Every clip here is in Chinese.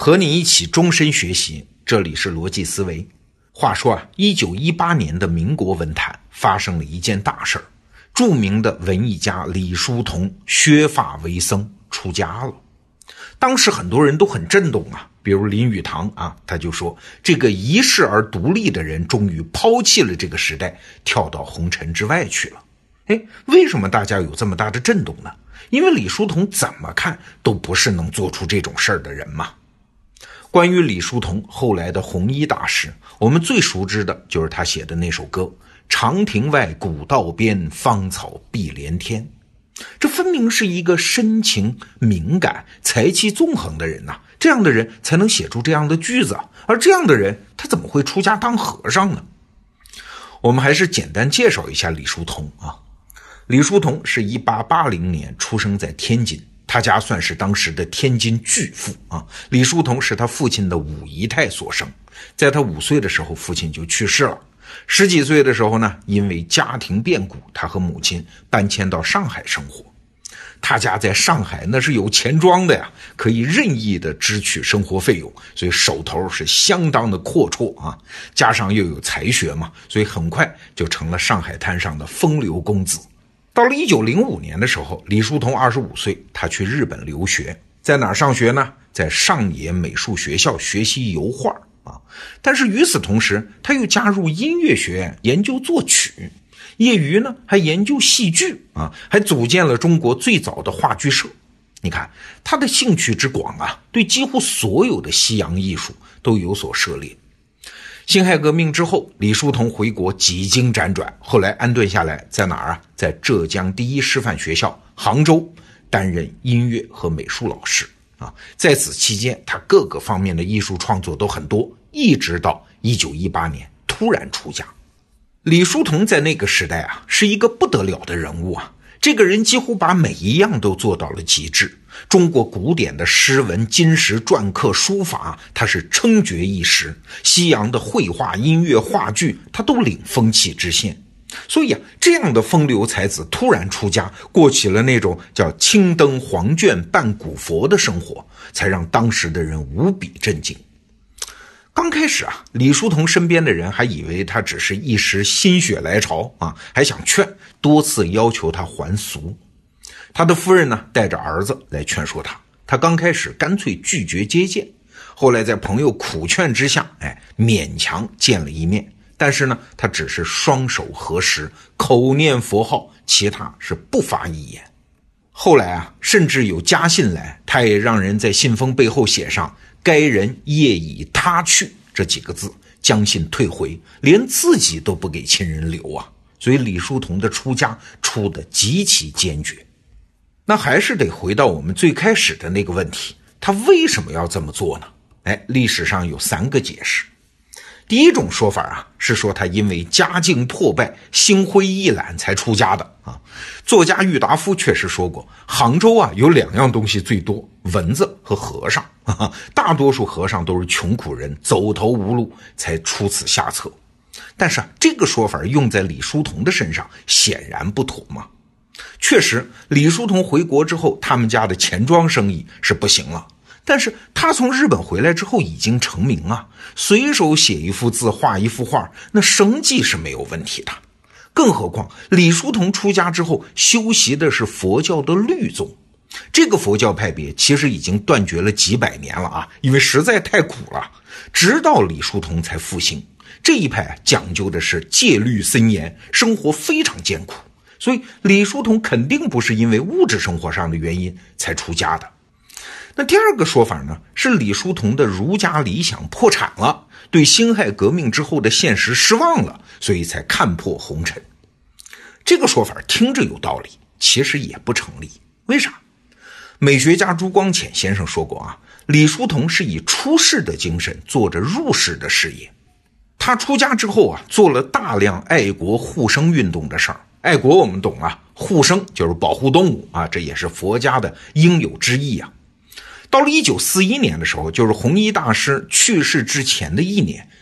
和你一起终身学习，这里是逻辑思维。话说啊，1918年的民国文坛发生了一件大事儿，著名的文艺家李叔同削发为僧出家了。当时很多人都很震动啊，比如林语堂啊，他就说这个一世而独立的人终于抛弃了这个时代，跳到红尘之外去了。为什么大家有这么大的震动呢？因为李叔同怎么看都不是能做出这种事儿的人嘛。关于李叔同后来的红衣大师，我们最熟知的就是他写的那首歌长亭外，古道边，芳草碧连天。这分明是一个深情敏感才气纵横的人呐，这样的人才能写出这样的句子啊，而这样的人他怎么会出家当和尚呢？我们还是简单介绍一下李叔同啊。李叔同是1880年出生在天津，他家算是当时的天津巨富啊。李叔同是他父亲的五姨太所生，在他5岁的时候父亲就去世了。10几岁的时候呢，因为家庭变故，他和母亲搬迁到上海生活。他家在上海那是有钱庄的呀，可以任意的支取生活费用，所以手头是相当的阔绰啊。加上又有才学嘛，所以很快就成了上海滩上的风流公子。到了1905年的时候，李叔同25岁，他去日本留学。在哪儿上学呢？在上野美术学校学习油画啊。但是与此同时，他又加入音乐学院研究作曲，业余呢还研究戏剧啊，还组建了中国最早的话剧社。你看他的兴趣之广啊，对几乎所有的西洋艺术都有所涉猎。辛亥革命之后，李叔同回国几经辗转，后来安顿下来在哪儿啊？在浙江第一师范学校杭州担任音乐和美术老师啊。在此期间，他各个方面的艺术创作都很多，一直到1918年突然出家。李叔同在那个时代啊，是一个不得了的人物啊。这个人几乎把每一样都做到了极致。中国古典的诗文、金石、篆刻、书法，他是称绝一时。西洋的绘画、音乐、话剧，他都领风气之先。所以啊，这样的风流才子突然出家，过起了那种叫青灯黄卷扮古佛的生活，才让当时的人无比震惊。刚开始啊，李叔同身边的人还以为他只是一时心血来潮啊，还想劝，多次要求他还俗。他的夫人呢，带着儿子来劝说他，他刚开始干脆拒绝接见，后来在朋友苦劝之下，勉强见了一面。但是呢，他只是双手合十，口念佛号，其他是不发一言。后来啊，甚至有家信来，他也让人在信封背后写上该人业已他去这几个字，将信退回，连自己都不给亲人留啊。所以李叔同的出家出得极其坚决。那还是得回到我们最开始的那个问题，他为什么要这么做呢？历史上有3个解释。第一种说法啊，是说他因为家境破败，心灰意懒才出家的啊。作家郁达夫确实说过，杭州啊有2样东西最多，蚊子和和尚啊。大多数和尚都是穷苦人，走投无路才出此下策。但是啊，这个说法用在李叔同的身上显然不妥嘛。确实，李叔同回国之后，他们家的钱庄生意是不行了。但是他从日本回来之后已经成名啊，随手写一幅字画一幅画，那生计是没有问题的。更何况李叔同出家之后修习的是佛教的律宗，这个佛教派别其实已经断绝了几百年了啊，因为实在太苦了，直到李叔同才复兴。这一派讲究的是戒律森严，生活非常艰苦，所以李叔同肯定不是因为物质生活上的原因才出家的。那第二个说法呢，是李叔同的儒家理想破产了，对辛亥革命之后的现实失望了，所以才看破红尘。这个说法听着有道理，其实也不成立。为啥？美学家朱光潜先生说过啊，李叔同是以出世的精神做着入世的事业。他出家之后啊，做了大量爱国护生运动的事儿。爱国我们懂啊，护生就是保护动物啊，这也是佛家的应有之义啊。到了1941年的时候，就是弘一大师去世之前的1年，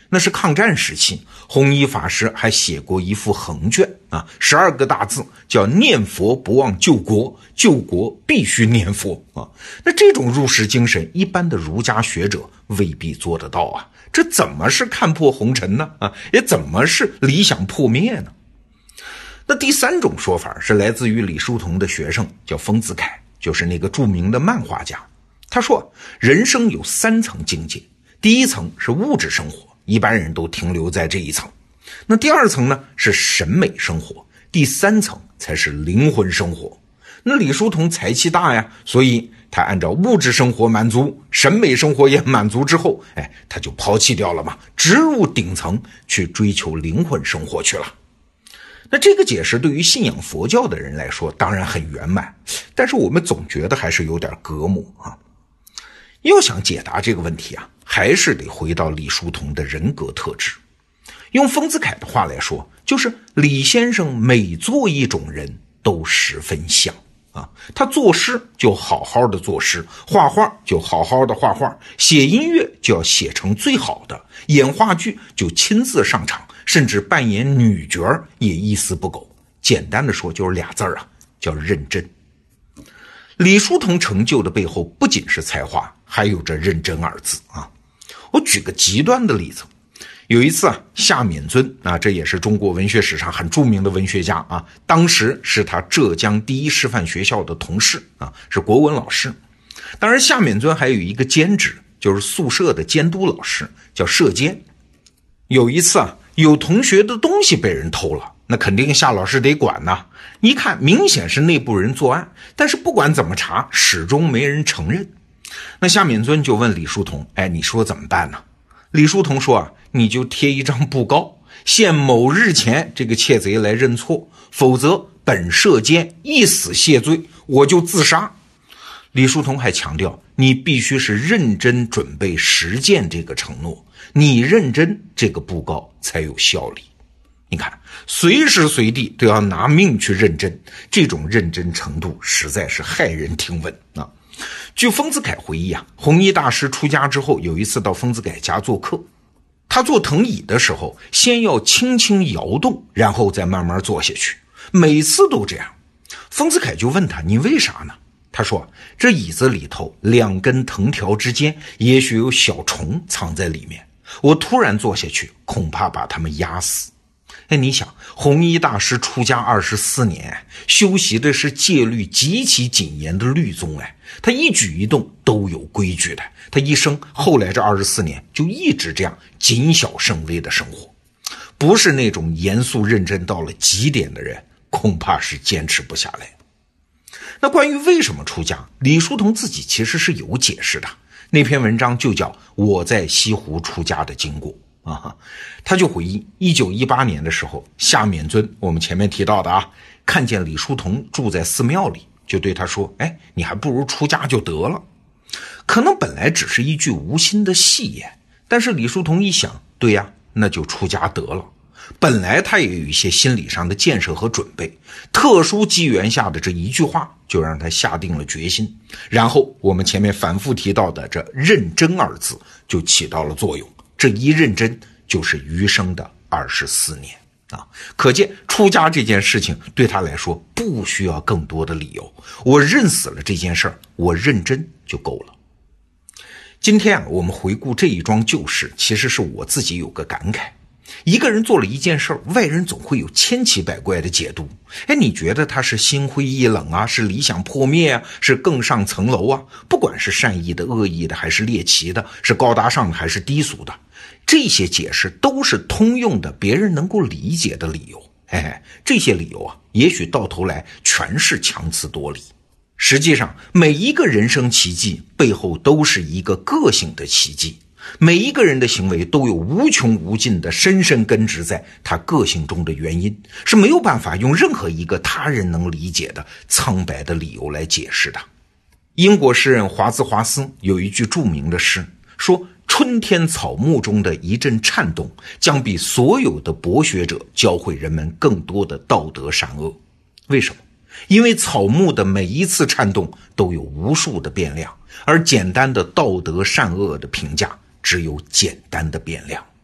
那是抗战时期，弘一法师还写过一副横卷啊，12个大字，叫念佛不忘救国，救国必须念佛啊。那这种入世精神，一般的儒家学者未必做得到啊。这怎么是看破红尘呢？啊，也怎么是理想破灭呢？那第3种说法是来自于李叔同的学生，叫丰子恺，就是那个著名的漫画家。他说，人生有3层境界，第一层是物质生活，一般人都停留在这一层。那第2层呢是审美生活，第3层才是灵魂生活。那李叔同才气大呀，所以他按照物质生活满足，审美生活也满足之后，他就抛弃掉了嘛，直入顶层去追求灵魂生活去了。那这个解释对于信仰佛教的人来说当然很圆满，但是我们总觉得还是有点隔膜啊。要想解答这个问题啊，还是得回到李叔同的人格特质。用丰子恺的话来说，就是李先生每做一种人都十分像啊。他作诗就好好的作诗，画画就好好的画画，写音乐就要写成最好的，演话剧就亲自上场，甚至扮演女角也一丝不苟。简单的说就是俩字啊，叫认真。李叔同成就的背后不仅是才华，还有着认真2字啊。我举个极端的例子，有一次啊，夏勉尊啊，这也是中国文学史上很著名的文学家啊，当时是他浙江第一师范学校的同事啊，是国文老师。当然夏勉尊还有一个兼职，就是宿舍的监督老师，叫舍监。有一次啊，有同学的东西被人偷了，那肯定夏老师得管呐。一看明显是内部人作案，但是不管怎么查，始终没人承认。那夏勉尊就问李叔同，你说怎么办呢？李叔同说啊，你就贴一张布告，限某日前这个窃贼来认错，否则本舍监一死谢罪，我就自杀。李叔同还强调，你必须是认真准备实践这个承诺，你认真，这个布告才有效力。你看，随时随地都要拿命去认真，这种认真程度实在是骇人听闻啊！据丰子恺回忆啊，弘一大师出家之后，有一次到丰子恺家做客，他坐藤椅的时候，先要轻轻摇动，然后再慢慢坐下去，每次都这样。丰子恺就问他，你为啥呢？他说，这椅子里头2根藤条之间也许有小虫藏在里面，我突然坐下去，恐怕把它们压死。你想，弘一大师出家24年，修习的是戒律极其谨严的律宗，他一举一动都有规矩的，他一生后来这24年就一直这样谨小慎微的生活，不是那种严肃认真到了极点的人，恐怕是坚持不下来。那关于为什么出家，李叔同自己其实是有解释的，那篇文章就叫《我在西湖出家的经过》啊。他就回忆1918年的时候，夏勉尊我们前面提到的啊，看见李叔同住在寺庙里，就对他说，你还不如出家就得了。可能本来只是一句无心的戏言，但是李叔同一想，对呀，那就出家得了。本来他也有一些心理上的建设和准备，特殊机缘下的这一句话就让他下定了决心，然后我们前面反复提到的这认真2字就起到了作用，这一认真就是余生的24年啊！可见出家这件事情对他来说不需要更多的理由，我认死了这件事儿，我认真就够了。今天我们回顾这一桩旧事，其实是我自己有个感慨。一个人做了一件事儿，外人总会有千奇百怪的解读。你觉得他是心灰意冷啊，是理想破灭啊，是更上层楼啊？不管是善意的、恶意的，还是猎奇的，是高大上的还是低俗的，这些解释都是通用的，别人能够理解的理由。这些理由啊，也许到头来全是强词夺理。实际上，每一个人生奇迹背后都是一个个性的奇迹。每一个人的行为都有无穷无尽的深深根植在他个性中的原因，是没有办法用任何一个他人能理解的苍白的理由来解释的。英国诗人华兹华斯有一句著名的诗，说春天草木中的一阵颤动，将比所有的博学者教会人们更多的道德善恶。为什么？因为草木的每一次颤动都有无数的变量，而简单的道德善恶的评价只有简单的变量。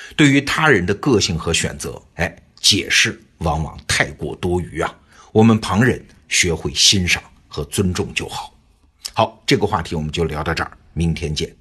对于他人的个性和选择，解释往往太过多余啊。我们旁人学会欣赏和尊重就好。好，这个话题我们就聊到这儿，明天见。